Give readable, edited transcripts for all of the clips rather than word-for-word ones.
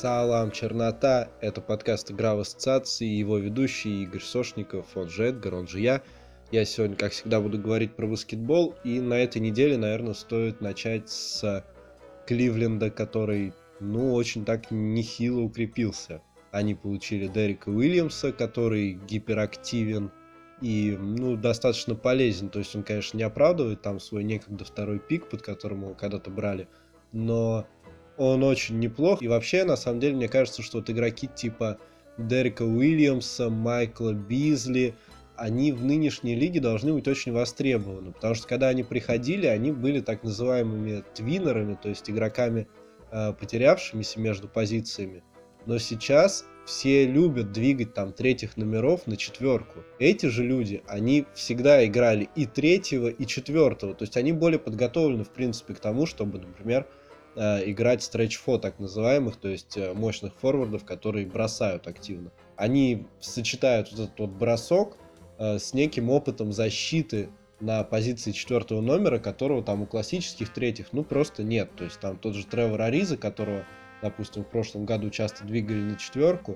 Салам, чернота. Это подкаст «Игра в ассоциации», и его ведущий Игорь Сошников, он же Эдгар, он же я. Я сегодня, как всегда, буду говорить про баскетбол, и на этой неделе, наверное, стоит начать с Кливленда, который, очень так нехило укрепился. Они получили Дерека Уильямса, который гиперактивен и, достаточно полезен. То есть он, конечно, не оправдывает там свой некогда второй пик, под которым его когда-то брали, но он очень неплох. И вообще, на самом деле, мне кажется, что вот игроки типа Дерека Уильямса, Майкла Бизли, они в нынешней лиге должны быть очень востребованы. Потому что когда они приходили, они были так называемыми твиннерами, то есть игроками, потерявшимися между позициями. Но сейчас все любят двигать там третьих номеров на четверку. Эти же люди, они всегда играли и третьего, и четвертого. То есть они более подготовлены, в принципе, к тому, чтобы, например, играть стретч-4, так называемых, то есть мощных форвардов, которые бросают активно. Они сочетают вот этот вот бросок с неким опытом защиты на позиции четвертого номера, которого там у классических третьих, просто нет. То есть там тот же Тревор Ариза, которого, допустим, в прошлом году часто двигали на четверку,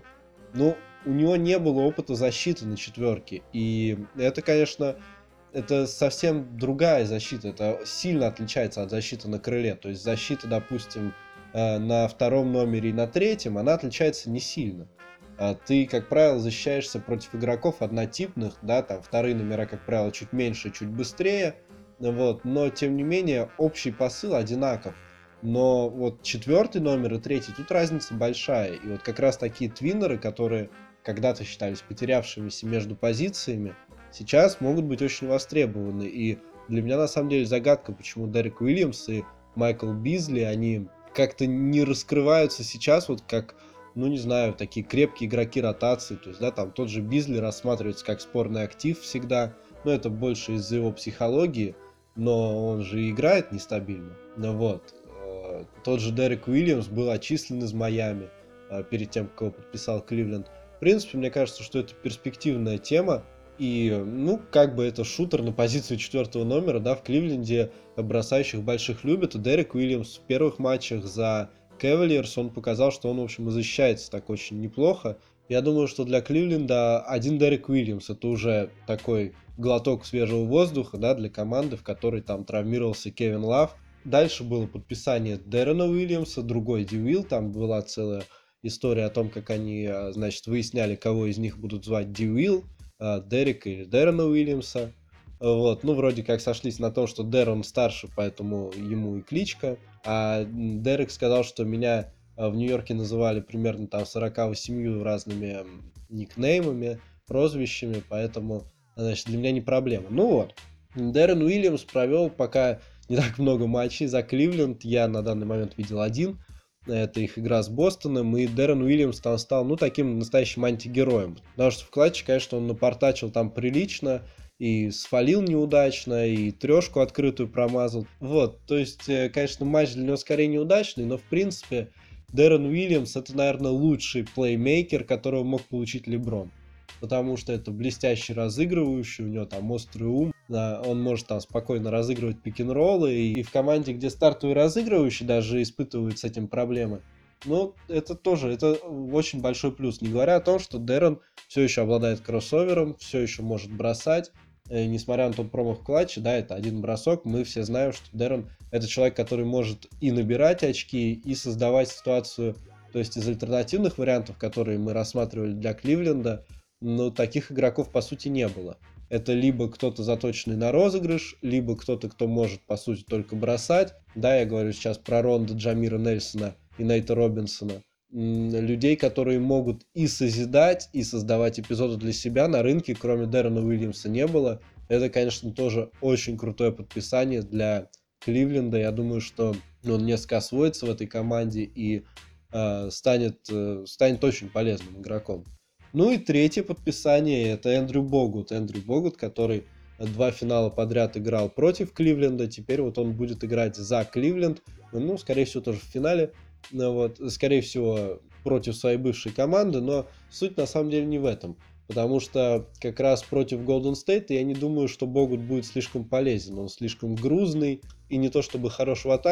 у него не было опыта защиты на четверке. И это, конечно, это совсем другая защита. Это сильно отличается от защиты на крыле. То есть защита, допустим, на втором номере и на третьем, она отличается не сильно. Ты, как правило, защищаешься против игроков однотипных, да, там вторые номера, как правило, чуть меньше, чуть быстрее, но, тем не менее, общий посыл одинаков. Но вот четвертый номер и третий, тут разница большая. И вот как раз такие твиннеры, которые когда-то считались потерявшимися между позициями, сейчас могут быть очень востребованы. И для меня, на самом деле, загадка, почему Дерек Уильямс и Майкл Бизли, они как-то не раскрываются сейчас, вот как, не знаю, такие крепкие игроки ротации. То есть, да, там тот же Бизли рассматривается как спорный актив всегда. Это больше из-за его психологии, но он же и играет нестабильно. Тот же Дерек Уильямс был отчислен из Майами перед тем, как его подписал Кливленд. В принципе, мне кажется, что это перспективная тема. И, это шутер на позицию четвертого номера, да, в Кливленде бросающих больших любят. И Дерек Уильямс в первых матчах за Cavaliers, он показал, что он, в общем, и защищается так очень неплохо. Я думаю, что для Кливленда один Дерек Уильямс — это уже такой глоток свежего воздуха, да, для команды, в которой там травмировался Кевин Лав. Дальше было подписание Дерена Уильямса, другой Ди-Уилл, там была целая история о том, как они, выясняли, кого из них будут звать Ди-Уилл, Дерека или Дерена Уильямса. Вроде как сошлись на том, что Дерен старше, поэтому ему и кличка. А Дерек сказал, что меня в Нью-Йорке называли примерно там 48 разными никнеймами, прозвищами, поэтому, для меня не проблема. Дерен Уильямс провел пока не так много матчей за Кливленд. Я на данный момент видел один. Это их игра с Бостоном, и Дерен Уильямс там стал, таким настоящим антигероем. Потому что в клатче, конечно, он напортачил там прилично, и сфалил неудачно, и трешку открытую промазал. То есть, конечно, матч для него скорее неудачный, но, в принципе, Дерен Уильямс — это, наверное, лучший плеймейкер, которого мог получить Леброн. Потому что это блестящий разыгрывающий, у него там острый ум, он может там спокойно разыгрывать пик-н-роллы, и в команде, где стартовый разыгрывающий даже испытывает с этим проблемы. Это очень большой плюс, не говоря о том, что Дерен все еще обладает кроссовером, все еще может бросать, несмотря на тот промах в клатче, да, это один бросок, мы все знаем, что Дерен — это человек, который может и набирать очки, и создавать ситуацию, то есть из альтернативных вариантов, которые мы рассматривали для Кливленда, таких игроков, по сути, не было. Это либо кто-то заточенный на розыгрыш, либо кто-то, кто может, по сути, только бросать. Да, я говорю сейчас про Ронда, Джамира Нельсона и Нейта Робинсона. Людей, которые могут и созидать, и создавать эпизоды для себя на рынке, кроме Дерена Уильямса, не было. Это, конечно, тоже очень крутое подписание для Кливленда. Я думаю, что он несколько освоится в этой команде и станет очень полезным игроком. И третье подписание — это Эндрю Богут. Эндрю Богут, который 2 финала подряд играл против Кливленда, теперь он будет играть за Кливленд, скорее всего, тоже в финале, скорее всего, против своей бывшей команды, но суть на самом деле не в этом. Потому что как раз против Golden State я не думаю, что Богут будет слишком полезен. Он слишком грузный и не то чтобы хорош в атаке.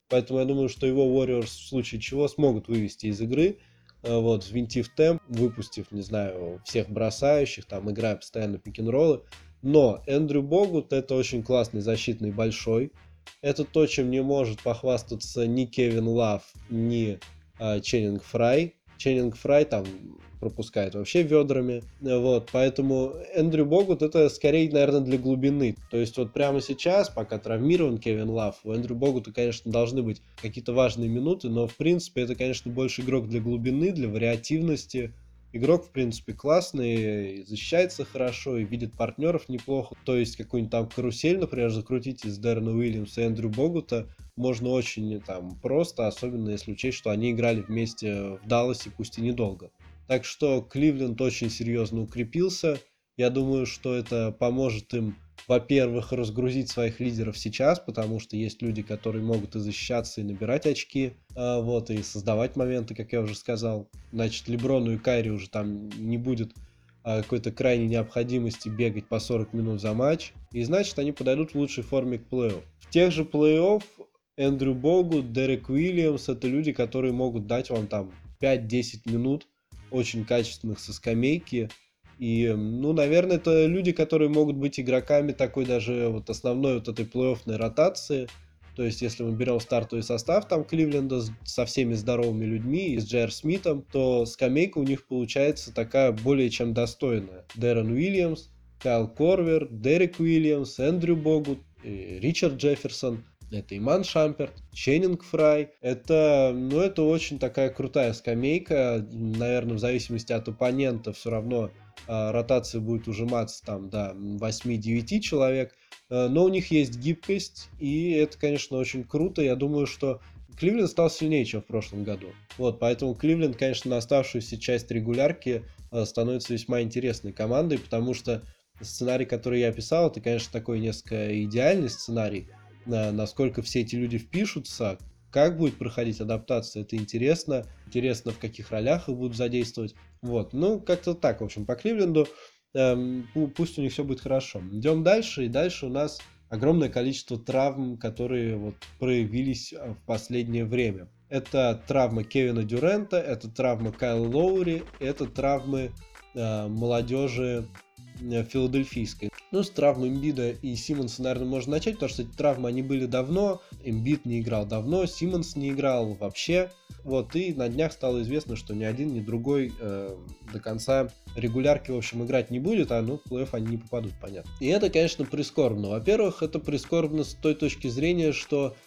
Поэтому я думаю, что его Warriors в случае чего смогут вывести из игры, вот, взвинтив темп, выпустив, не знаю, всех бросающих, там, играя постоянно пик-н-роллы. Но Эндрю Богут — это очень классный защитный большой. Это то, чем не может похвастаться ни Кевин Лав, ни Ченнинг Фрай. Ченнинг Фрай там пропускает вообще ведрами. Вот, поэтому Эндрю Богут — это скорее, наверное, для глубины. То есть вот прямо сейчас, пока травмирован Кевин Лав, у Эндрю Богута, конечно, должны быть какие-то важные минуты, но, в принципе, это, конечно, больше игрок для глубины, для вариативности. Игрок, в принципе, классный, защищается хорошо и видит партнеров неплохо. То есть какую-нибудь там карусель, например, закрутить из Дэрона Уильямса и Эндрю Богута можно очень там просто, особенно если учесть, что они играли вместе в Далласе, пусть и недолго. Так что Кливленд очень серьезно укрепился. Я думаю, что это поможет им, во-первых, разгрузить своих лидеров сейчас, потому что есть люди, которые могут и защищаться, и набирать очки, вот, и создавать моменты, как я уже сказал. Значит, Леброну и Кайри уже там не будет какой-то крайней необходимости бегать по 40 минут за матч, и значит, они подойдут в лучшей форме к плей-офф. В тех же плей-офф Эндрю Богут, Дерек Уильямс — это люди, которые могут дать вам там 5-10 минут очень качественных со скамейки. И, ну, наверное, это люди, которые могут быть игроками такой даже вот основной вот этой плей-оффной ротации. То есть, если мы берем стартовый состав там Кливленда со всеми здоровыми людьми и с Джейр Смитом, то скамейка у них получается такая более чем достойная. Дэрон Уильямс, Кайл Корвер, Дерек Уильямс, Эндрю Богут, Ричард Джефферсон. Это Иман Шамперт, Ченнинг Фрай. Это, ну, это очень такая крутая скамейка. Наверное, в зависимости от оппонента все равно ротация будет ужиматься там до 8-9 человек. Но у них есть гибкость, и это, конечно, очень круто. Я думаю, что Кливленд стал сильнее, чем в прошлом году. Вот, поэтому Кливленд, конечно, на оставшуюся часть регулярки становится весьма интересной командой, потому что сценарий, который я описал, это, конечно, такой несколько идеальный сценарий. Насколько все эти люди впишутся, как будет проходить адаптация, это интересно. Интересно, в каких ролях их будут задействовать. Вот, ну, как-то так, в общем, по Кливленду. Пусть у них все будет хорошо. Идем дальше, и дальше у нас огромное количество травм, которые вот проявились в последнее время. Это травма Кевина Дюрента, это травма Кайла Лоури, это травмы молодежи филадельфийской. Ну, с травмой Эмбида и Симмонса, наверное, можно начать, потому что эти травмы, они были давно. Эмбид не играл давно, Симмонс не играл вообще. Вот, и на днях стало известно, что ни один, ни другой до конца регулярки, в общем, играть не будет, а ну, в плей-офф они не попадут, понятно. И это, конечно, прискорбно. Во-первых, это прискорбно с той точки зрения, что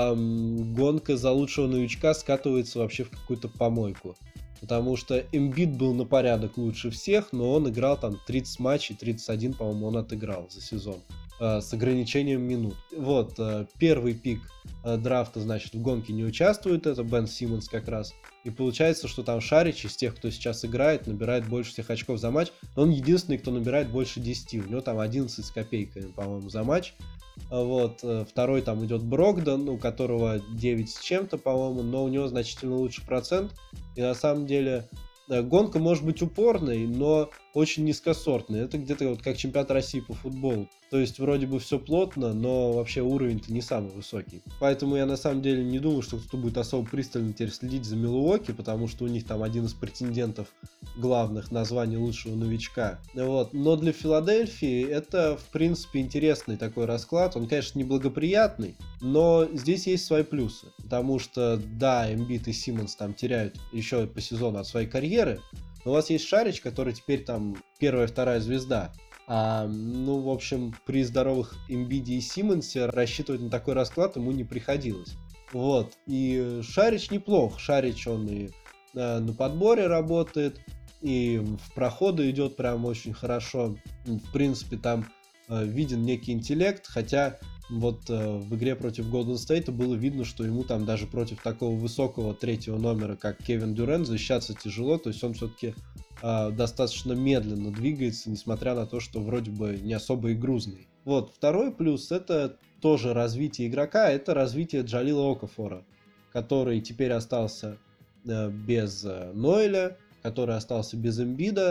гонка за лучшего новичка скатывается вообще в какую-то помойку. Потому что Эмбид был на порядок лучше всех, но он играл там 30 матчей, 31, по-моему, он отыграл за сезон. С ограничением минут. Вот, первый пик драфта, значит, в гонке не участвует, это Бен Симмонс как раз. И получается, что там Шарич из тех, кто сейчас играет, набирает больше всех очков за матч. Но он единственный, кто набирает больше 10. У него там 11 с копейками, по-моему, за матч. Вот, второй там идет Брогдон, у которого 9 с чем-то, по-моему, но у него значительно лучше процент. И на самом деле гонка может быть упорной, но очень низкосортной. Это где-то вот как чемпионат России по футболу. То есть вроде бы все плотно, но вообще уровень-то не самый высокий. Поэтому я на самом деле не думаю, что кто-то будет особо пристально теперь следить за Милуоки, потому что у них там один из претендентов главных на звание лучшего новичка. Вот. Но для Филадельфии это, в принципе, интересный такой расклад. Он, конечно, неблагоприятный, но здесь есть свои плюсы. Потому что, да, Эмбит и Симмонс там теряют еще по сезону от своей карьеры, но у вас есть Шарич, который теперь там первая, вторая звезда. Ну, в общем, при здоровых Эмбиде и Симмонсе рассчитывать на такой расклад ему не приходилось. Вот. И Шарич неплох. Шарич, он и на подборе работает, и в проходы идет прям очень хорошо. В принципе, там виден некий интеллект, хотя вот в игре против Golden State было видно, что ему там даже против такого высокого третьего номера, как Кевин Дюрент, защищаться тяжело, то есть он все-таки достаточно медленно двигается, несмотря на то, что вроде бы не особо и грузный. Вот, второй плюс — это тоже развитие игрока, это развитие Джалила Окафора, который теперь остался без Ноэля, который остался без Эмбида,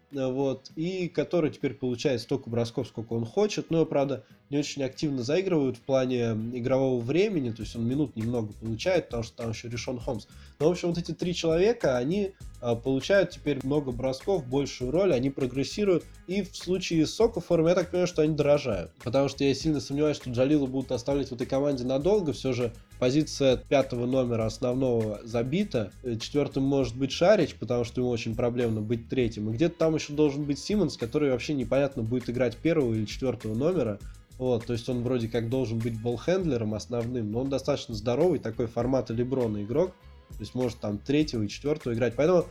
вот, и который теперь получает столько бросков, сколько он хочет, но, правда, не очень активно заигрывают в плане игрового времени, то есть он минут немного получает, потому что там еще Ришон Холмс. Но, в общем, вот эти три человека, они получают теперь много бросков, большую роль, они прогрессируют, и в случае с Окафором, я так понимаю, что они дорожают, потому что я сильно сомневаюсь, что Джалила будут оставлять в этой команде надолго, все же позиция пятого номера основного забита, четвертым может быть Шарич, потому что ему очень проблемно быть третьим, и где-то там еще должен быть Симмонс, который вообще непонятно будет играть первого или четвертого номера. Вот, то есть он вроде как должен быть болхендлером основным, но он достаточно здоровый, такой формата Леброна игрок, то есть может там третьего и четвертого играть. Поэтому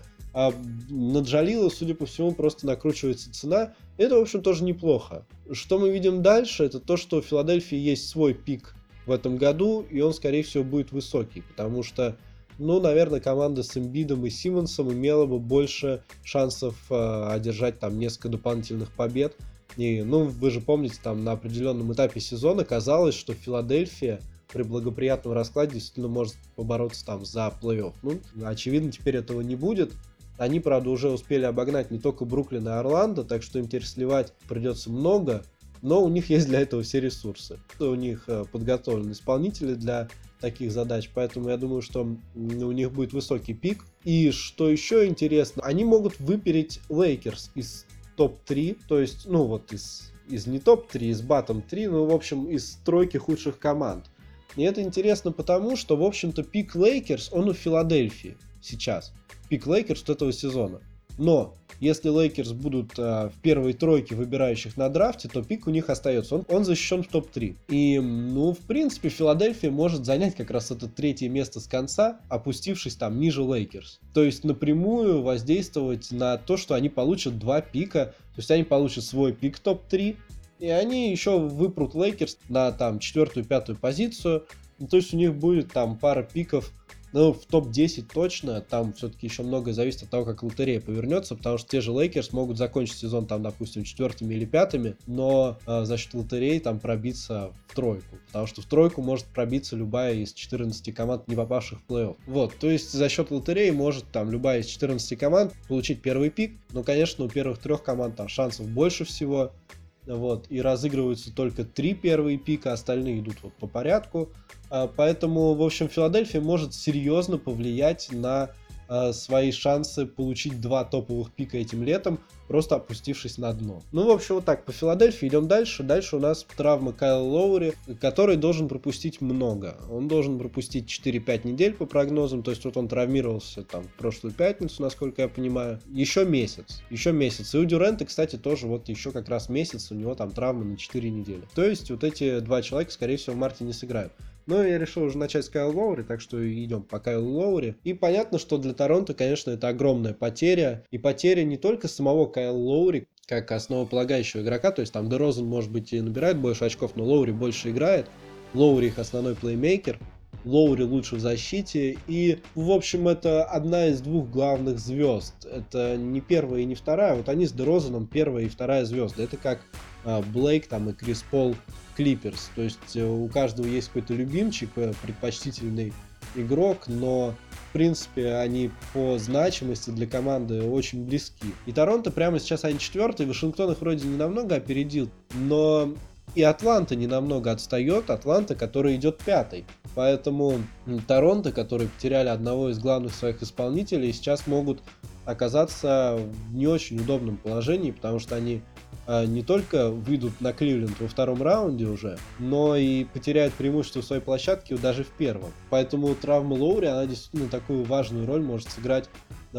на Джалила, судя по всему, просто накручивается цена. Это, в общем, тоже неплохо. Что мы видим дальше, это то, что в Филадельфии есть свой пик в этом году, и он, скорее всего, будет высокий, потому что, ну, наверное, команда с Эмбидом и Симмонсом имела бы больше шансов одержать там несколько дополнительных побед. И, ну, вы же помните, там на определенном этапе сезона казалось, что Филадельфия при благоприятном раскладе действительно может побороться там за плей-офф. Ну, очевидно, теперь этого не будет. Они, правда, уже успели обогнать не только Бруклин и Орландо, так что им теперь сливать придется много, но у них есть для этого все ресурсы. У них подготовлены исполнители для таких задач, поэтому я думаю, что у них будет высокий пик. И что еще интересно, они могут выпереть Лейкерс из топ-3, то есть, ну вот из не топ-3, из батом-3, ну, в общем, из тройки худших команд. И это интересно потому, что, в общем-то, пик Лейкерс, он у Филадельфии сейчас. Пик Лейкерс этого сезона. Но если Лейкерс будут в первой тройке выбирающих на драфте, то пик у них остается. Он защищен в топ-3. И, ну, в принципе, Филадельфия может занять как раз это третье место с конца, опустившись там ниже Лейкерс. То есть напрямую воздействовать на то, что они получат два пика. То есть они получат свой пик топ-3, и они еще выпрут Лейкерс на там четвертую, пятую позицию. Ну, то есть у них будет там пара пиков, ну, в топ-10 точно. Там все-таки еще многое зависит от того, как лотерея повернется, потому что те же Лейкерс могут закончить сезон там, допустим, четвертыми или пятыми, но за счет лотереи там пробиться в тройку, потому что в тройку может пробиться любая из 14 команд, не попавших в плей-офф. Вот, то есть за счет лотереи может там любая из 14 команд получить первый пик, но, конечно, у первых трех команд там шансов больше всего. Вот, и разыгрываются только 3 первые пика, остальные идут вот по порядку. Поэтому, в общем, Филадельфия может серьезно повлиять на свои шансы получить 2 топовых пика этим летом, просто опустившись на дно. Ну, в общем, вот так, по Филадельфии идем дальше. Дальше у нас травма Кайла Лоури, который должен пропустить много. Он должен пропустить 4-5 недель по прогнозам, то есть вот он травмировался там в прошлую пятницу, насколько я понимаю. Еще месяц. И у Дюрента, кстати, тоже вот еще как раз месяц, у него там травма на 4 недели. То есть вот эти два человека, скорее всего, в марте не сыграют. Но я решил уже начать с Кайла Лоури, так что идем по Кайлу Лоури. И понятно, что для Торонто, конечно, это огромная потеря. И потеря не только самого Кайла Лоури, как основополагающего игрока, то есть там Дерозан, может быть, и набирает больше очков, но Лоури больше играет. Лоури их основной плеймейкер. Лоури лучше в защите. И, в общем, это одна из двух главных звезд. Это не первая и не вторая. Вот они с Дерозаном первая и вторая звезды. Это как Блейк там и Крис Пол Клиперс. То есть у каждого есть какой-то любимчик, предпочтительный игрок, но в принципе они по значимости для команды очень близки. И Торонто прямо сейчас они четвертый, Вашингтон их вроде не намного опередил, но и Атланта не намного отстает, Атланта, который идет пятый. Поэтому Торонто, которые потеряли одного из главных своих исполнителей, сейчас могут оказаться в не очень удобном положении, потому что они не только выйдут на Кливленд во втором раунде уже, но и потеряют преимущество в своей площадке даже в первом. Поэтому травма Лоури, она действительно такую важную роль может сыграть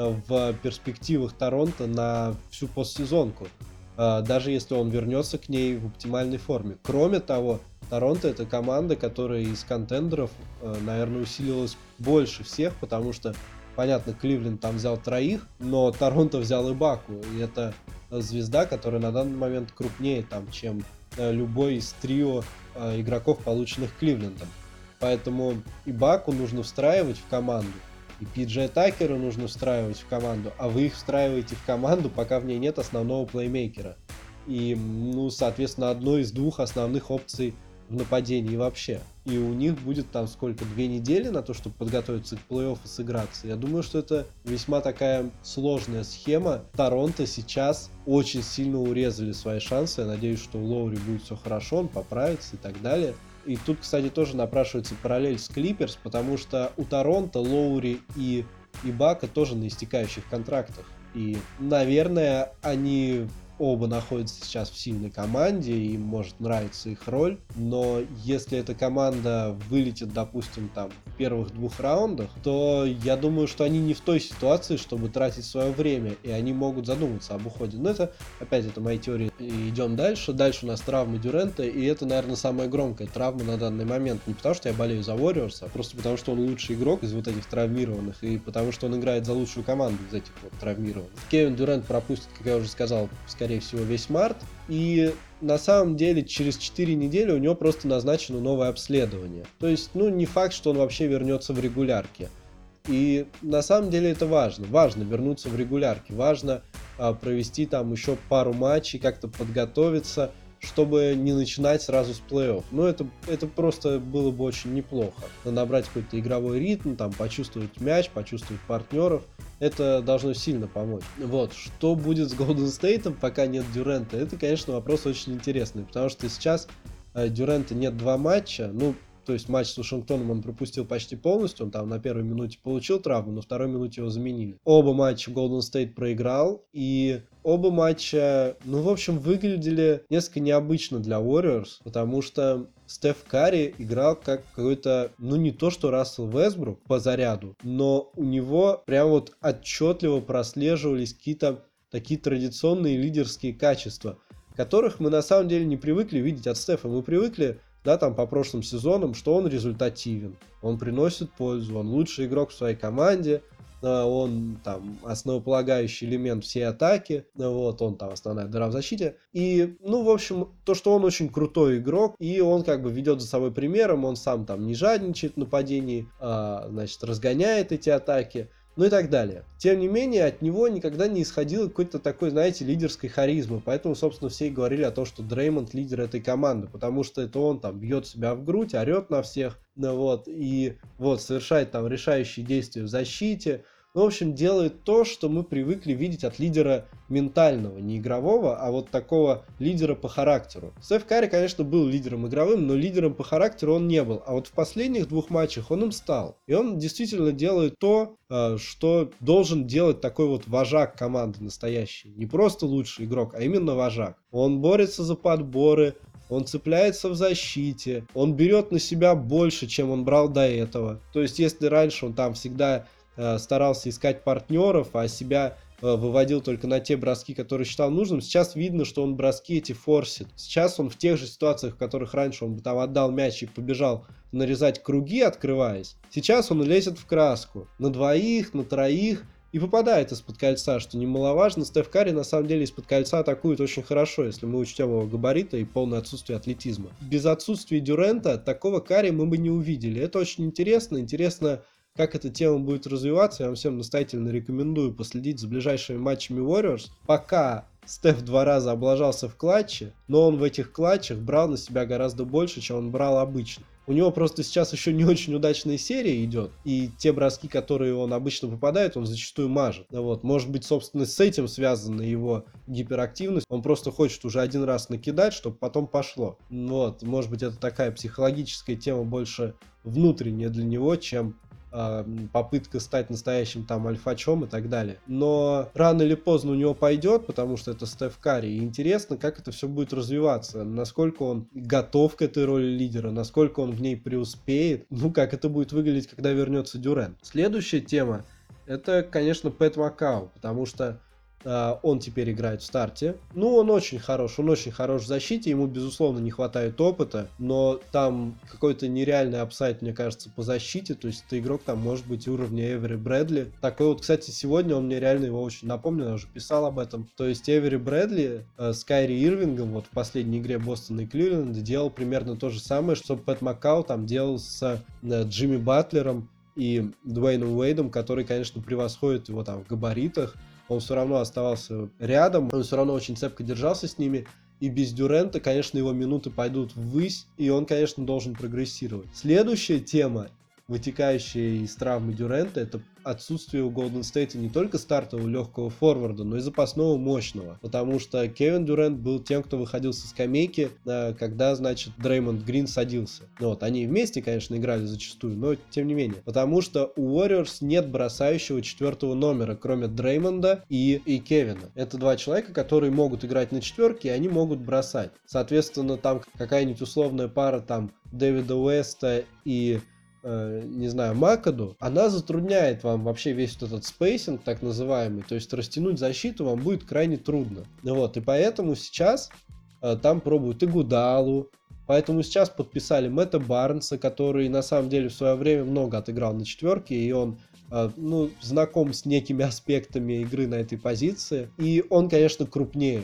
в перспективах Торонто на всю постсезонку, даже если он вернется к ней в оптимальной форме. Кроме того, Торонто — это команда, которая из контендеров, наверное, усилилась больше всех, потому что, понятно, Кливленд там взял троих, но Торонто взял Ибаку, и это звезда, которая на данный момент крупнее там, чем любой из трио игроков, полученных Кливлендом. Поэтому Ибаку нужно встраивать в команду, и Пи-Джей Такеру нужно встраивать в команду, а вы их встраиваете в команду, пока в ней нет основного плеймейкера. И, ну, соответственно, одной из двух основных опций в нападении вообще. И у них будет там сколько, 2 недели на то, чтобы подготовиться к плей-офф и сыграться. Я думаю, что это весьма такая сложная схема. Торонто сейчас очень сильно урезали свои шансы. Я надеюсь, что у Лоури будет все хорошо, он поправится и так далее. И тут, кстати, тоже напрашивается параллель с Клиперс, потому что у Торонто Лоури и Ибака тоже на истекающих контрактах. И, наверное, они оба находятся сейчас в сильной команде, и им может нравиться их роль, но если эта команда вылетит, допустим, там в первых 2 раундах, то я думаю, что они не в той ситуации, чтобы тратить свое время, и они могут задуматься об уходе. Но это, опять, это мои теории. И идем дальше. Дальше у нас травмы Дюрента, и это, наверное, самая громкая травма на данный момент. Не потому, что я болею за Warriors, а просто потому, что он лучший игрок из вот этих травмированных, и потому, что он играет за лучшую команду из этих вот травмированных. Кевин Дюрент пропустит, как я уже сказал, скорее всего, весь март, и на самом деле через 4 недели у него просто назначено новое обследование. То есть, не факт, что он вообще вернется в регулярке. И на самом деле это важно. Важно вернуться в регулярке. Важно провести там еще пару матчей, как-то подготовиться, чтобы не начинать сразу с плей-офф. Это просто было бы очень неплохо. Набрать какой-то игровой ритм, там, почувствовать мяч, почувствовать партнеров. Это должно сильно помочь. Вот, что будет с Golden State, пока нет Дюрента, это, конечно, вопрос очень интересный, потому что сейчас Дюрента нет 2 матча, то есть матч с Вашингтоном он пропустил почти полностью, он там на первой минуте получил травму, на второй минуте его заменили. Оба матча Golden State проиграл, и оба матча, в общем, выглядели несколько необычно для Warriors, потому что Стеф Карри играл как какой-то, не то что Рассел Вестбрук по заряду, но у него прям вот отчетливо прослеживались какие-то такие традиционные лидерские качества, которых мы на самом деле не привыкли видеть от Стефа. Мы привыкли, там по прошлым сезонам, что он результативен, он приносит пользу, он лучший игрок в своей команде, он там основополагающий элемент всей атаки, он там основная дыра в защите. И, в общем, то, что он очень крутой игрок, и он как бы ведет за собой примером, он сам там не жадничает в нападении, разгоняет эти атаки, и так далее. Тем не менее, от него никогда не исходило какой-то такой, лидерской харизмы. Поэтому, собственно, все и говорили о том, что Дреймонд лидер этой команды, потому что это он там бьет себя в грудь, орет на всех, совершает там решающие действия в защите. В общем, делает то, что мы привыкли видеть от лидера ментального, не игрового, а вот такого лидера по характеру. Стеф Карри, конечно, был лидером игровым, но лидером по характеру он не был. А вот в последних 2 матчах он им стал. И он действительно делает то, что должен делать такой вот вожак команды настоящий. Не просто лучший игрок, а именно вожак. Он борется за подборы, он цепляется в защите, он берет на себя больше, чем он брал до этого. То есть, если раньше он там всегда старался искать партнеров, а себя выводил только на те броски, которые считал нужным, сейчас видно, что он броски эти форсит. Сейчас он в тех же ситуациях, в которых раньше он бы там отдал мяч и побежал нарезать круги, открываясь, сейчас он лезет в краску. На 2, на 3 и попадает из-под кольца, что немаловажно. Стеф Карри на самом деле из-под кольца атакует очень хорошо, если мы учтем его габарита и полное отсутствие атлетизма. Без отсутствия Дюрента такого Карри мы бы не увидели. Это очень интересно, как эта тема будет развиваться. Я вам всем настоятельно рекомендую последить за ближайшими матчами Warriors. Пока Стеф 2 раза облажался в клатче, но он в этих клатчах брал на себя гораздо больше, чем он брал обычно. У него просто сейчас еще не очень удачная серия идет, и те броски, которые он обычно попадает, он зачастую мажет. Может быть, собственно, с этим связана его гиперактивность. Он просто хочет уже 1 раз накидать, чтобы потом пошло. Может быть, это такая психологическая тема больше внутренняя для него, чем попытка стать настоящим там альфачом и так далее. Но рано или поздно у него пойдет, потому что это Стеф Карри. И интересно, как это все будет развиваться. Насколько он готов к этой роли лидера, насколько он в ней преуспеет. Как это будет выглядеть, когда вернется Дюрент. Следующая тема, это, конечно, Пэт Маккау, потому что он теперь играет в старте. Он очень хорош в защите, ему, безусловно, не хватает опыта, но там какой-то нереальный апсайд, мне кажется, по защите, то есть это игрок там может быть уровня Эвери Брэдли. Такой вот, кстати, сегодня он мне реально его очень напомнил, я уже писал об этом. То есть Эвери Брэдли с Кайри Ирвингом в последней игре Бостона и Кливленда делал примерно то же самое, что Пэт Маккау там делал с Джимми Батлером и Дуэйном Уэйдом, который, конечно, превосходит его там в габаритах. Он все равно оставался рядом, он все равно очень цепко держался с ними. И без Дюрента, конечно, его минуты пойдут ввысь, и он, конечно, должен прогрессировать. Следующая тема, вытекающая из травмы Дюрента, это отсутствие у Golden State не только стартового легкого форварда, но и запасного мощного. Потому что Кевин Дюрент был тем, кто выходил со скамейки, когда, значит, Дреймонд Грин садился. Вот, они вместе, конечно, играли зачастую, но тем не менее. Потому что у Warriors нет бросающего четвертого номера, кроме Дреймонда и Кевина. Это два человека, которые могут играть на четверке, и они могут бросать. Соответственно, там какая-нибудь условная пара там Дэвида Уэста и не знаю, Макаду, она затрудняет вам вообще весь вот этот спейсинг, так называемый, то есть растянуть защиту вам будет крайне трудно. Вот, и поэтому сейчас там пробуют Игудалу, поэтому сейчас подписали Мэтта Барнса, который на самом деле в свое время много отыграл на четверке, и он знаком с некими аспектами игры на этой позиции, и он, конечно, крупнее,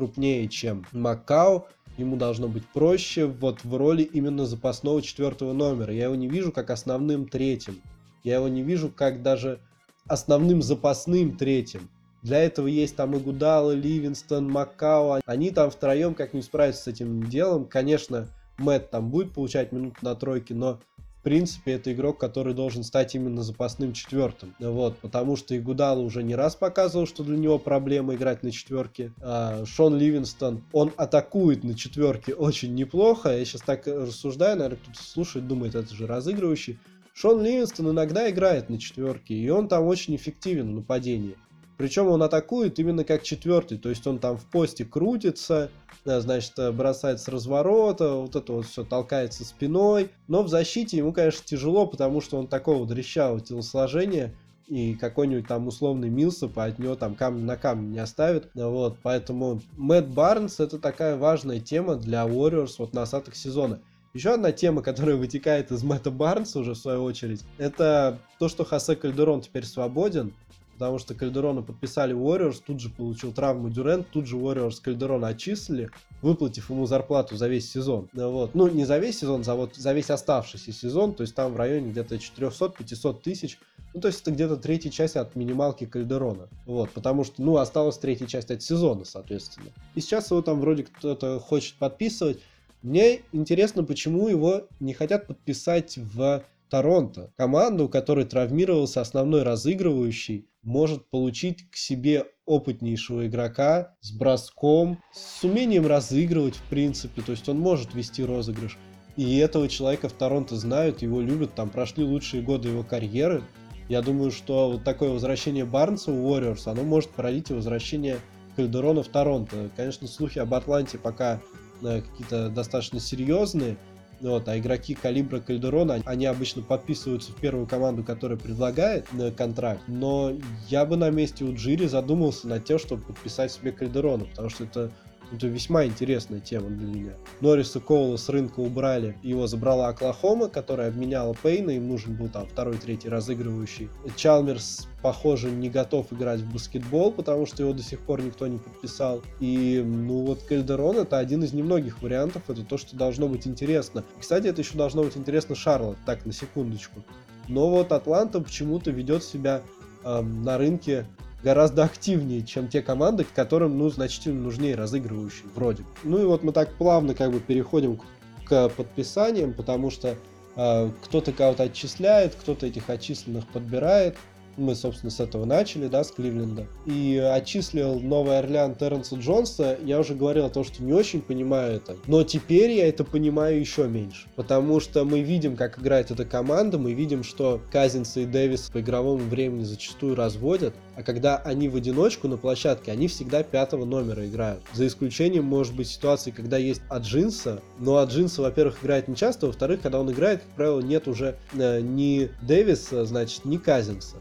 чем Маккау. Ему должно быть проще вот в роли именно запасного четвертого номера. Я его не вижу как основным третьим. Я его не вижу как даже основным запасным третьим. Для этого есть там Игудала, Ливинстон, Маккау. Они там втроем как-нибудь справятся с этим делом. Конечно, Мэтт там будет получать минуты на тройке, но в принципе, это игрок, который должен стать именно запасным четвертым. Вот, потому что Игудала уже не раз показывал, что для него проблема играть на четверке. Шон Ливинстон, он атакует на четверке очень неплохо. Я сейчас так рассуждаю, наверное, кто-то слушает, думает, это же разыгрывающий. Шон Ливинстон иногда играет на четверке, и он там очень эффективен в нападении. Причем он атакует именно как четвертый, то есть он там в посте крутится, значит, бросает с разворота, вот это вот все толкается спиной. Но в защите ему, конечно, тяжело, потому что он такого дрящавого телосложения, и какой-нибудь там условный Милсап от него там камень на камень не оставит. Вот, поэтому Мэтт Барнс — это такая важная тема для Warriors вот на остаток сезона. Еще одна тема, которая вытекает из Мэтта Барнса уже в свою очередь, это то, что Хосе Кальдерон теперь свободен. Потому что Кальдерона подписали Warriors, тут же получил травму Дюрент, тут же Warriors Кальдерона отчислили, выплатив ему зарплату за весь сезон. Вот. Ну, не за весь сезон, за весь оставшийся сезон, то есть там в районе где-то 400-500 тысяч. Ну, то есть это где-то третья часть от минималки Кальдерона. Вот, потому что, осталась третья часть от сезона, соответственно. И сейчас его там вроде кто-то хочет подписывать. Мне интересно, почему его не хотят подписать в Торонто. Команду, у которой травмировался основной разыгрывающий, может получить к себе опытнейшего игрока с броском, с умением разыгрывать, в принципе. То есть он может вести розыгрыш. И этого человека в Торонто знают, его любят. Там прошли лучшие годы его карьеры. Я думаю, что вот такое возвращение Барнса у Warriors, оно может породить и возвращение Кальдерона в Торонто. Конечно, слухи об Атланте пока какие-то достаточно серьезные. Вот, а игроки калибра Кальдерона, они обычно подписываются в первую команду, которая предлагает контракт. Но я бы на месте у Джири задумался над тем, чтобы подписать себе Кальдерона, потому что это весьма интересная тема для меня. Норриса Коула с рынка убрали, его забрала Оклахома, которая обменяла Пейна, им нужен был там второй-третий разыгрывающий. Чалмерс, похоже, не готов играть в баскетбол, потому что его до сих пор никто не подписал. И, Кальдерон — это один из немногих вариантов, это то, что должно быть интересно. Кстати, это еще должно быть интересно Шарлотт, так, на секундочку. Но вот Атланта почему-то ведет себя на рынке гораздо активнее, чем те команды, которым, значительно нужнее разыгрывающие, вроде. И вот мы так плавно переходим к подписаниям, потому что кто-то кого-то отчисляет, кто-то этих отчисленных подбирает. Мы, собственно, с этого начали, с Кливленда. И отчислил Новый Орлеан Терренса Джонса. Я уже говорил о том, что не очень понимаю это. Но теперь я это понимаю еще меньше. Потому что мы видим, как играет эта команда. Мы видим, что Казинса и Дэвис по игровому времени зачастую разводят. А когда они в одиночку на площадке, они всегда пятого номера играют. За исключением, может быть, ситуации, когда есть Аджинса. Но Аджинса, во-первых, играет не часто. Во-вторых, когда он играет, как правило, нет уже ни Дэвиса, значит, ни Казинса.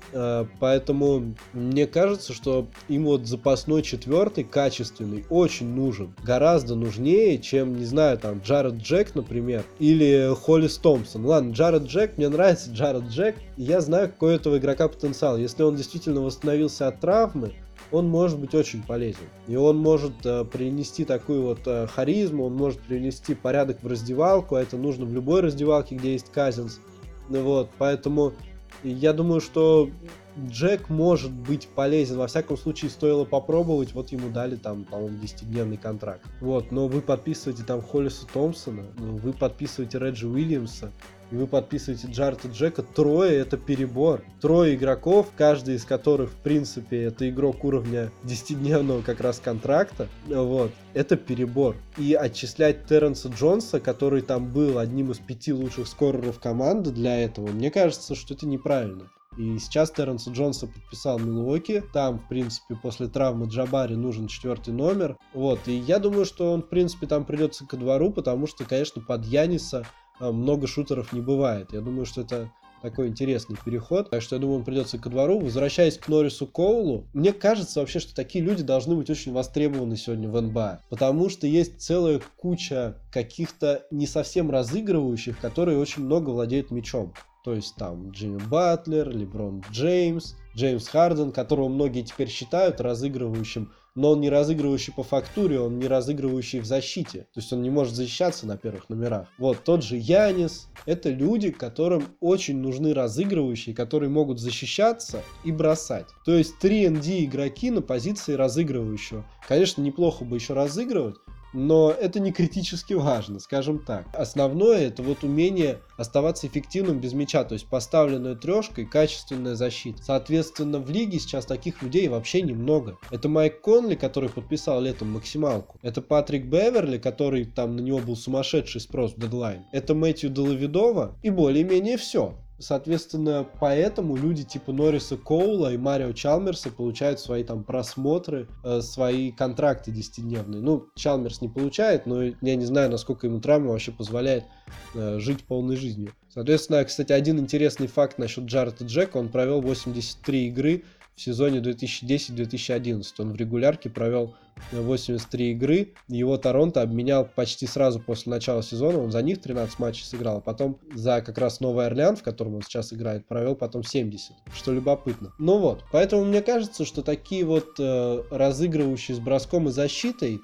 Поэтому мне кажется, что им запасной четвертый качественный очень нужен. Гораздо нужнее, чем, не знаю, там Джаред Джек, например, или Холлис Томпсон. Ладно, Джаред Джек, мне нравится Джаред Джек, и я знаю, какой у этого игрока потенциал. Если он действительно восстановился от травмы, он может быть очень полезен. И он может принести такую харизму, он может принести порядок в раздевалку, а это нужно в любой раздевалке, где есть Казинс. Поэтому я думаю, что Джек может быть полезен, во всяком случае стоило попробовать, вот ему дали там, по-моему, 10-дневный контракт. Вот, но вы подписываете там Холлиса Томпсона, вы подписываете Реджи Уильямса, и вы подписываете Джарета Джека, трое — это перебор. Трое игроков, каждый из которых, в принципе, это игрок уровня 10-дневного как раз контракта, вот, это перебор. И отчислять Терренса Джонса, который там был одним из 5 лучших скореров команды для этого, мне кажется, что это неправильно. И сейчас Терренса Джонса подписал Милуоки. Там, в принципе, после травмы Джабари нужен 4-й номер. Вот, и я думаю, что он, в принципе, там придется ко двору, потому что, конечно, под Яниса много шутеров не бывает. Я думаю, что это такой интересный переход. Так что я думаю, он придется ко двору. Возвращаясь к Норрису Коулу, мне кажется вообще, что такие люди должны быть очень востребованы сегодня в НБА. Потому что есть целая куча каких-то не совсем разыгрывающих, которые очень много владеют мячом. То есть там Джимми Батлер, Леброн Джеймс, Джеймс Харден, которого многие теперь считают разыгрывающим, но он не разыгрывающий по фактуре, он не разыгрывающий в защите. То есть он не может защищаться на первых номерах. Вот тот же Янис. Это люди, которым очень нужны разыгрывающие, которые могут защищаться и бросать. То есть 3&D игроки на позиции разыгрывающего. Конечно, неплохо бы еще разыгрывать, но это не критически важно, скажем так. Основное — это вот умение оставаться эффективным без мяча, то есть поставленная трешка и качественная защита. Соответственно, в лиге сейчас таких людей вообще немного. Это Майк Конли, который подписал летом максималку. Это Патрик Беверли, который там на него был сумасшедший спрос в дедлайн. Это Мэтью Делавидова и более-менее все. Соответственно, поэтому люди типа Норриса Коула и Марио Чалмерса получают свои там просмотры, свои контракты 10-дневные. Ну, Чалмерс не получает, но я не знаю, насколько ему травма вообще позволяет жить полной жизнью. Соответственно, кстати, один интересный факт насчет Джарета Джека. Он провел 83 игры в сезоне 2010-2011. Он в регулярке провел 83 игры. Его Торонто обменял почти сразу после начала сезона. Он за них 13 матчей сыграл, а потом за как раз Новый Орлеан, в котором он сейчас играет, провел потом 70, что любопытно. Ну вот, поэтому мне кажется, что такие вот разыгрывающие с броском и защитой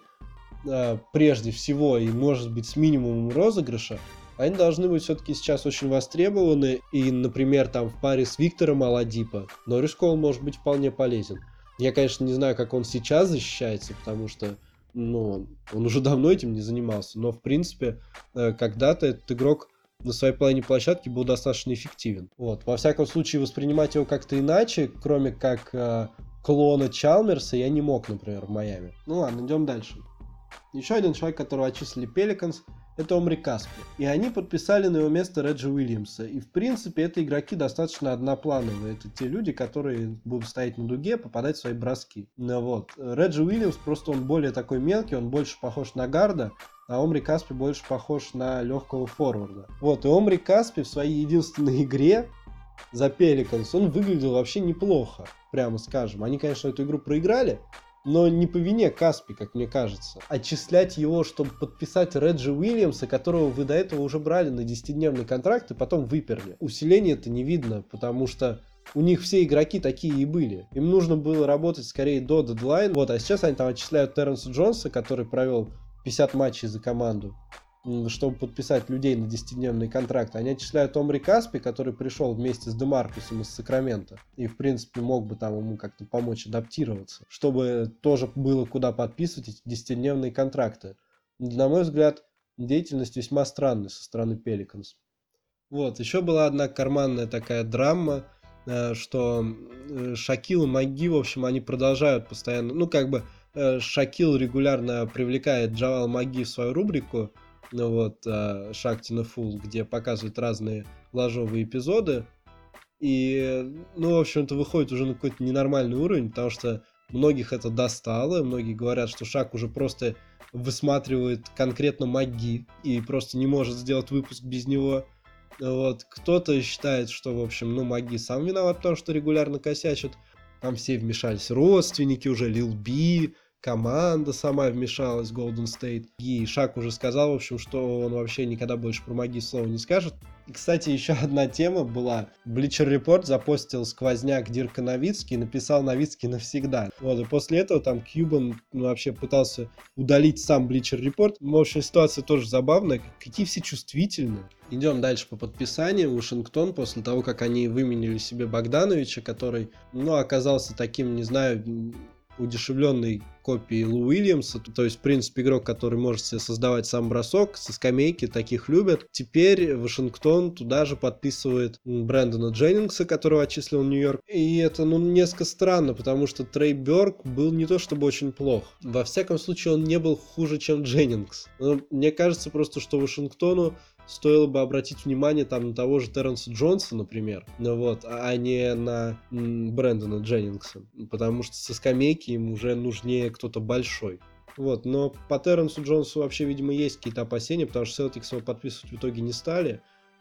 прежде всего, и может быть с минимумом розыгрыша, они должны быть все-таки сейчас очень востребованы. И, например, там в паре с Виктором Оладипо Норрис Коул может быть вполне полезен. Я, конечно, не знаю, как он сейчас защищается, потому что он уже давно этим не занимался. Но, в принципе, когда-то этот игрок на своей половине площадки был достаточно эффективен. Вот. Во всяком случае, воспринимать его как-то иначе, кроме как клона Чалмерса, я не мог, например, в Майами. Ну ладно, идем дальше. Еще один человек, которого отчислили Пеликанс, это Омри Каспи. И они подписали на его место Реджи Уильямса. И, в принципе, это игроки достаточно одноплановые. Это те люди, которые будут стоять на дуге, попадать в свои броски. Вот. Реджи Уильямс, просто он более такой мелкий, он больше похож на гарда, а Омри Каспи больше похож на легкого форварда. Вот. И Омри Каспи в своей единственной игре за Пеликанс, он выглядел вообще неплохо, прямо скажем. Они, конечно, эту игру проиграли, но не по вине Каспи, как мне кажется. Отчислять его, чтобы подписать Реджи Уильямса, которого вы до этого уже брали на 10-дневный контракт и потом выперли. Усиления-то не видно, потому что у них все игроки такие и были. Им нужно было работать скорее до дедлайна. Вот, а сейчас они там отчисляют Терренса Джонса, который провел 50 матчей за команду, чтобы подписать людей на 10-дневный контракт. Они отчисляют Омри Каспи, который пришел вместе с Демаркусом из Сакрамента и, в принципе, мог бы там ему как-то помочь адаптироваться, чтобы тоже было куда подписывать эти 10-дневные контракты. На мой взгляд, деятельность весьма странная со стороны Пеликанс. Вот, еще была одна карманная такая драма, что Шакил и Маги, в общем, они продолжают постоянно, Шакил регулярно привлекает Джавала Маги в свою рубрику, Шактина Фул, где показывают разные ложовые эпизоды. И, в общем-то, выходит уже на какой-то ненормальный уровень, потому что многих это достало. Многие говорят, что Шак уже просто высматривает конкретно Маги и просто не может сделать выпуск без него. Вот. Кто-то считает, что, в общем, Маги сам виноват, потому что регулярно косячит. Там все вмешались родственники уже, Лил Би, команда сама вмешалась, Golden State. И Шак уже сказал, в общем, что он вообще никогда больше про Маги слова не скажет. И, кстати, еще одна тема была. Bleacher Report запостил сквозняк Дирка Новицки и написал Новицкий навсегда. Вот, и после этого там Кьюбан вообще пытался удалить сам Bleacher Report. В общем, ситуация тоже забавная. Какие все чувствительные. Идем дальше по подписанию. Вашингтон, после того, как они выменили себе Богдановича, который, оказался таким, не знаю, удешевленной копией Лу Уильямса, то есть, в принципе, игрок, который может себе создавать сам бросок, со скамейки, таких любят. Теперь Вашингтон туда же подписывает Брэндона Дженнингса, которого отчислил Нью-Йорк. И это, несколько странно, потому что Трей Бёрк был не то чтобы очень плох. Во всяком случае, он не был хуже, чем Дженнингс. Но мне кажется просто, что Вашингтону стоило бы обратить внимание там на того же Терренса Джонса, например, а не на Брэндона Дженнингса, потому что со скамейки им уже нужнее кто-то большой. Но по Терренсу Джонсу вообще, видимо, есть какие-то опасения, потому что Celtics его подписывать в итоге не стали.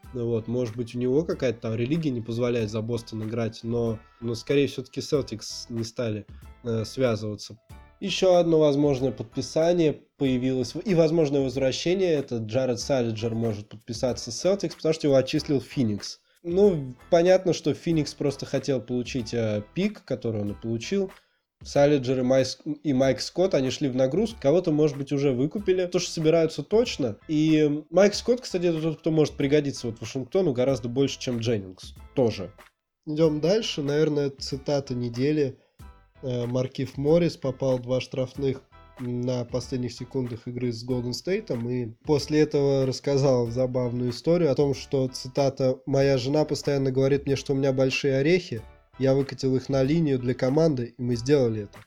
Может быть, у него какая-то там религия не позволяет за Бостон играть, но скорее все-таки Celtics не стали связываться. Еще одно возможное подписание появилось, и возможное возвращение, это Джаред Саллиджер может подписаться с Celtics, потому что его отчислил Феникс. Понятно, что Феникс просто хотел получить пик, который он и получил. Саллиджер и Майк Скотт, они шли в нагрузку, кого-то, может быть, уже выкупили, то, что собираются точно. И Майк Скотт, кстати, это тот, кто может пригодиться Вашингтону гораздо больше, чем Дженнингс, тоже. Идем дальше, наверное, цитата недели. Маркиф Моррис попал 2 штрафных на последних секундах игры с Голден Стейтом, и после этого рассказал забавную историю о том, что, цитата, «Моя жена постоянно говорит мне, что у меня большие орехи, я выкатил их на линию для команды, и мы сделали это».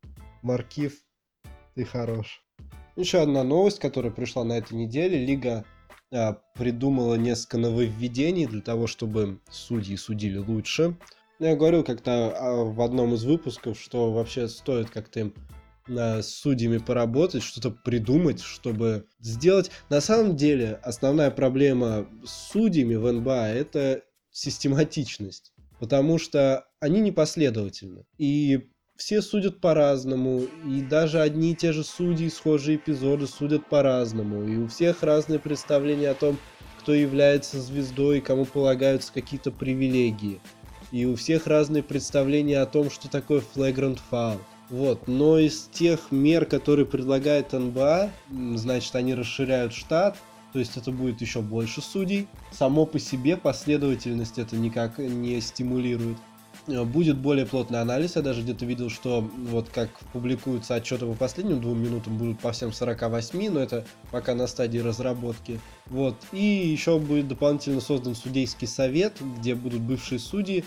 Маркиф, ты хорош. Еще одна новость, которая пришла на этой неделе. Лига придумала несколько нововведений для того, чтобы судьи судили лучше. Я говорил как-то в одном из выпусков, что вообще стоит как-то им с судьями поработать, что-то придумать, чтобы сделать. На самом деле, основная проблема с судьями в НБА – это систематичность, потому что они непоследовательны. И все судят по-разному, и даже одни и те же судьи, схожие эпизоды судят по-разному, и у всех разные представления о том, кто является звездой и кому полагаются какие-то привилегии. И у всех разные представления о том, что такое flagrant foul. Но из тех мер, которые предлагает НБА, значит, они расширяют штат, то есть это будет еще больше судей. Само по себе последовательность это никак не стимулирует. Будет более плотный анализ. Я даже где-то видел, что как публикуются отчеты по последним 2 минутам, будут по всем 48, но это пока на стадии разработки. И еще будет дополнительно создан судейский совет, где будут бывшие судьи.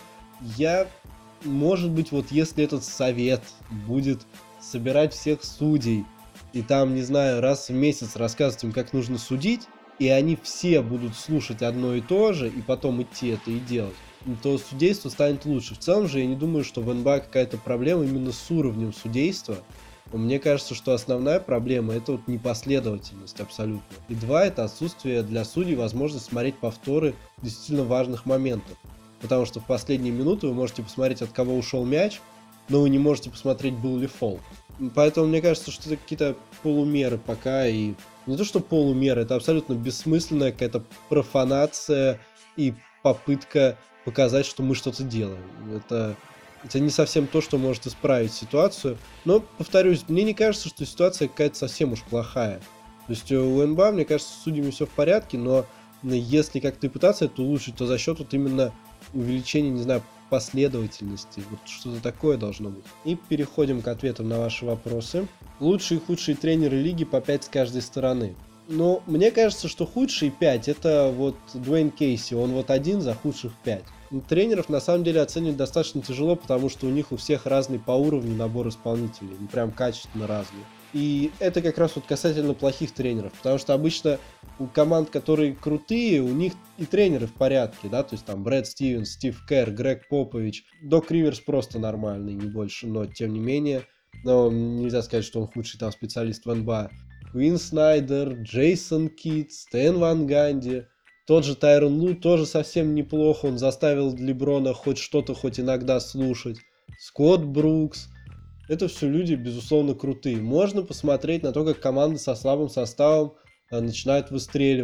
Может быть, если этот совет будет собирать всех судей и там, не знаю, раз в месяц рассказывать им, как нужно судить, и они все будут слушать одно и то же, и потом идти это и делать, то судейство станет лучше. В целом же я не думаю, что в НБА какая-то проблема именно с уровнем судейства. Мне кажется, что основная проблема — это непоследовательность абсолютно. И 2 — это отсутствие для судей возможности смотреть повторы действительно важных моментов. Потому что в последние минуты вы можете посмотреть, от кого ушел мяч, но вы не можете посмотреть, был ли фол. Поэтому мне кажется, что это какие-то полумеры пока, и не то что полумеры, это абсолютно бессмысленная какая-то профанация и попытка показать, что мы что-то делаем. Это не совсем то, что может исправить ситуацию. Но, повторюсь, мне не кажется, что ситуация какая-то совсем уж плохая. То есть у НБА, мне кажется, с судьями все в порядке, но если как-то и пытаться это улучшить, то за счет именно увеличения, не знаю, последовательности. Что-то такое должно быть. И переходим к ответам на ваши вопросы. Лучшие и худшие тренеры лиги по 5 с каждой стороны. Но мне кажется, что худшие 5 это Дуэйн Кейси, он один за худших 5. Тренеров на самом деле оценивать достаточно тяжело, потому что у них у всех разный по уровню набор исполнителей, прям качественно разный. И это как раз касательно плохих тренеров, потому что обычно у команд, которые крутые, у них и тренеры в порядке, да, то есть там Брэд Стивенс, Стив Керр, Грег Попович, Док Риверс просто нормальный, не больше, но тем не менее, нельзя сказать, что он худший там специалист в НБА. Квин Снайдер, Джейсон Кит, Стэн Ван Ганди, тот же Тайрон Лу тоже совсем неплохо, он заставил Леброна хоть что-то, хоть иногда слушать. Скотт Брукс. Это все люди, безусловно, крутые. Можно посмотреть на то, как команды со слабым составом начинают выстреливать.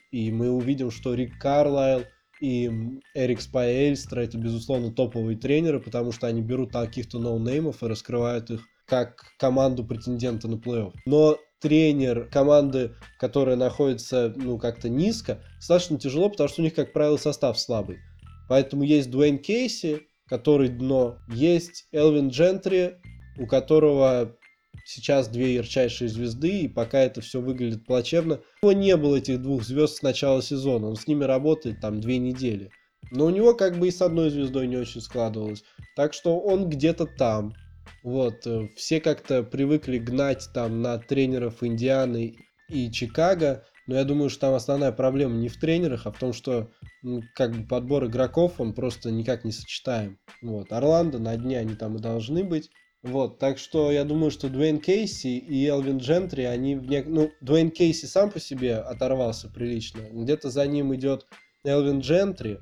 и мы увидим, что Рик Карлайл и Эрик Споэльстра — это, безусловно, топовые тренеры, потому что они берут каких-то ноунеймов и раскрывают их как команду претендента на плей-офф. Но тренер команды, которая находится, как-то низко, достаточно тяжело, потому что у них, как правило, состав слабый. Поэтому есть Дуэйн Кейси, который дно, есть Элвин Джентри, у которого сейчас две ярчайшие звезды, и пока это все выглядит плачевно. У него не было этих двух звезд с начала сезона, он с ними работает там 2 недели. Но у него как бы и с одной звездой не очень складывалось. Так что он где-то там. Вот, все как-то привыкли гнать там на тренеров Индианы и Чикаго, но я думаю, что там основная проблема не в тренерах, а в том, что как бы подбор игроков, он просто никак не сочетаем. Вот, Орландо на дне они там и должны быть. Вот, так что я думаю, что Дуэйн Кейси и Элвин Джентри, они Дуэйн Кейси сам по себе оторвался прилично. Где-то за ним идет Элвин Джентри,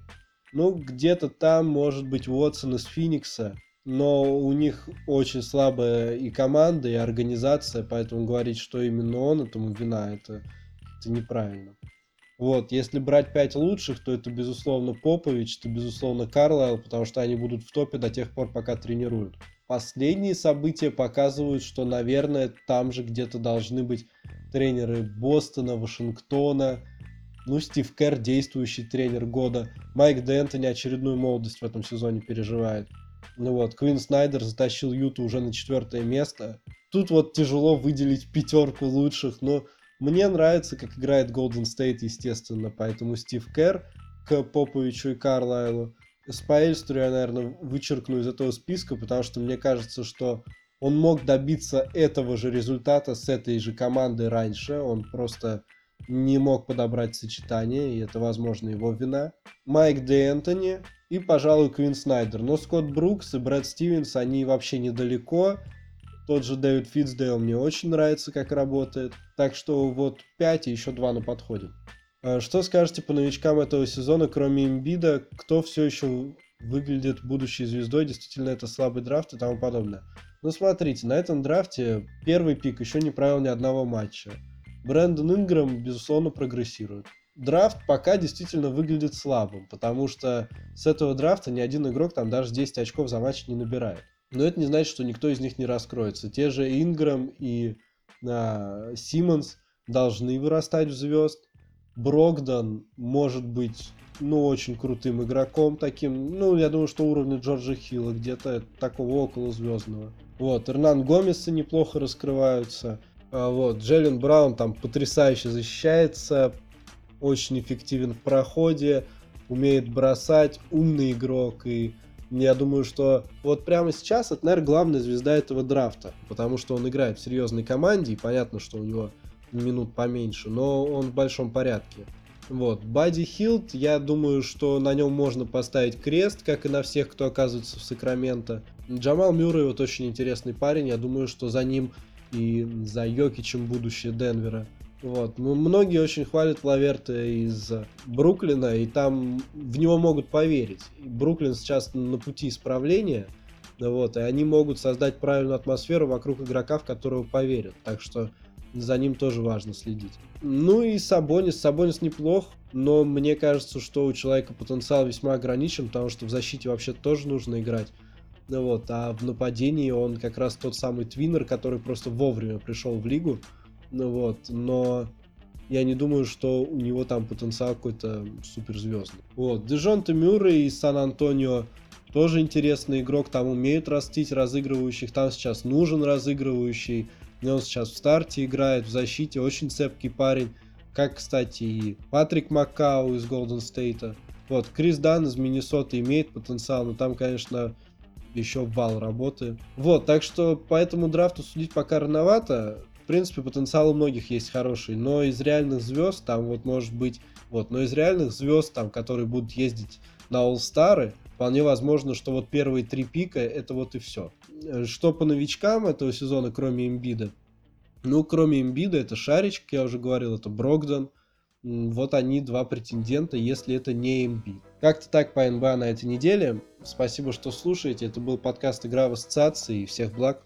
где-то там может быть Уотсон из Феникса, но у них очень слабая и команда, и организация, поэтому говорить, что именно он этому вина, это неправильно. Вот, если брать 5 лучших, то это, безусловно, Попович, это, безусловно, Карлайл, потому что они будут в топе до тех пор, пока тренируют. Последние события показывают, что, наверное, там же где-то должны быть тренеры Бостона, Вашингтона, Стив Керр, действующий тренер года, Майк Д'Антони очередную молодость в этом сезоне переживает. Квин Снайдер затащил Юту уже на 4 место. Тут вот тяжело выделить 5 лучших, но мне нравится, как играет Golden State, естественно, поэтому Стив Керр к Поповичу и Карлайлу. Споэльстру я, наверное, вычеркну из этого списка, потому что мне кажется, что он мог добиться этого же результата с этой же командой раньше, он просто не мог подобрать сочетание, и это, возможно, его вина. Майк Д'Антони и, пожалуй, Квин Снайдер. Но Скотт Брукс и Брэд Стивенс, они вообще недалеко. Тот же Дэвид Фитцдейл мне очень нравится, как работает. Так что вот 5 и еще 2 на подходе. Что скажете по новичкам этого сезона, кроме Эмбида? Кто все еще выглядит будущей звездой? Действительно, это слабый драфт и тому подобное. Смотрите, на этом драфте первый пик еще не провел ни одного матча. Брэндон Инграм, безусловно, прогрессирует. Драфт пока действительно выглядит слабым, потому что с этого драфта ни один игрок там даже 10 очков за матч не набирает. Но это не значит, что никто из них не раскроется. Те же Инграм и Симмонс должны вырастать в звезд. Брогдон может быть, очень крутым игроком таким. Я думаю, что уровня Джорджа Хилла, где-то такого около звездного. Эрнан Гомесы неплохо раскрываются. Джейлен Браун там потрясающе защищается, очень эффективен в проходе, умеет бросать, умный игрок. И я думаю, что вот прямо сейчас это, наверное, главная звезда этого драфта, потому что он играет в серьезной команде, и понятно, что у него минут поменьше, но он в большом порядке. Бадди Хилд, я думаю, что на нем можно поставить крест, как и на всех, кто оказывается в Сакраменто. Джамал Мюррей вот очень интересный парень, я думаю, что за ним и за Йокичем будущее Денвера. Многие очень хвалят Лаверта из Бруклина, и там в него могут поверить. Бруклин сейчас на пути исправления, и они могут создать правильную атмосферу вокруг игрока, в которого поверят. Так что за ним тоже важно следить. И Сабонис. Сабонис неплох, но мне кажется, что у человека потенциал весьма ограничен, потому что в защите вообще тоже нужно играть. А в нападении он как раз тот самый твиннер, который просто вовремя пришел в лигу. Но я не думаю, что у него там потенциал какой-то суперзвездный. Дежонте Мюррей из Сан-Антонио тоже интересный игрок, там умеют растить разыгрывающих, там сейчас нужен разыгрывающий. Он сейчас в старте играет, в защите, очень цепкий парень. Как, кстати, и Патрик Маккау из Голден Стейта. Крис Дан из Миннесоты имеет потенциал, но там, конечно, еще вал работы. Так что по этому драфту судить пока рановато. В принципе, потенциал у многих есть хороший, но из реальных звезд, там может быть, но из реальных звезд, там, которые будут ездить на All-Star'ы, вполне возможно, что первые 3 пика, это и все. Что по новичкам этого сезона, кроме Эмбида? Кроме Эмбида, это Шарич, как я уже говорил, это Брогдон. Они 2 претендента, если это не Эмбид. Как-то так по НБА на этой неделе. Спасибо, что слушаете. Это был подкаст «Игра в ассоциации». Всех благ.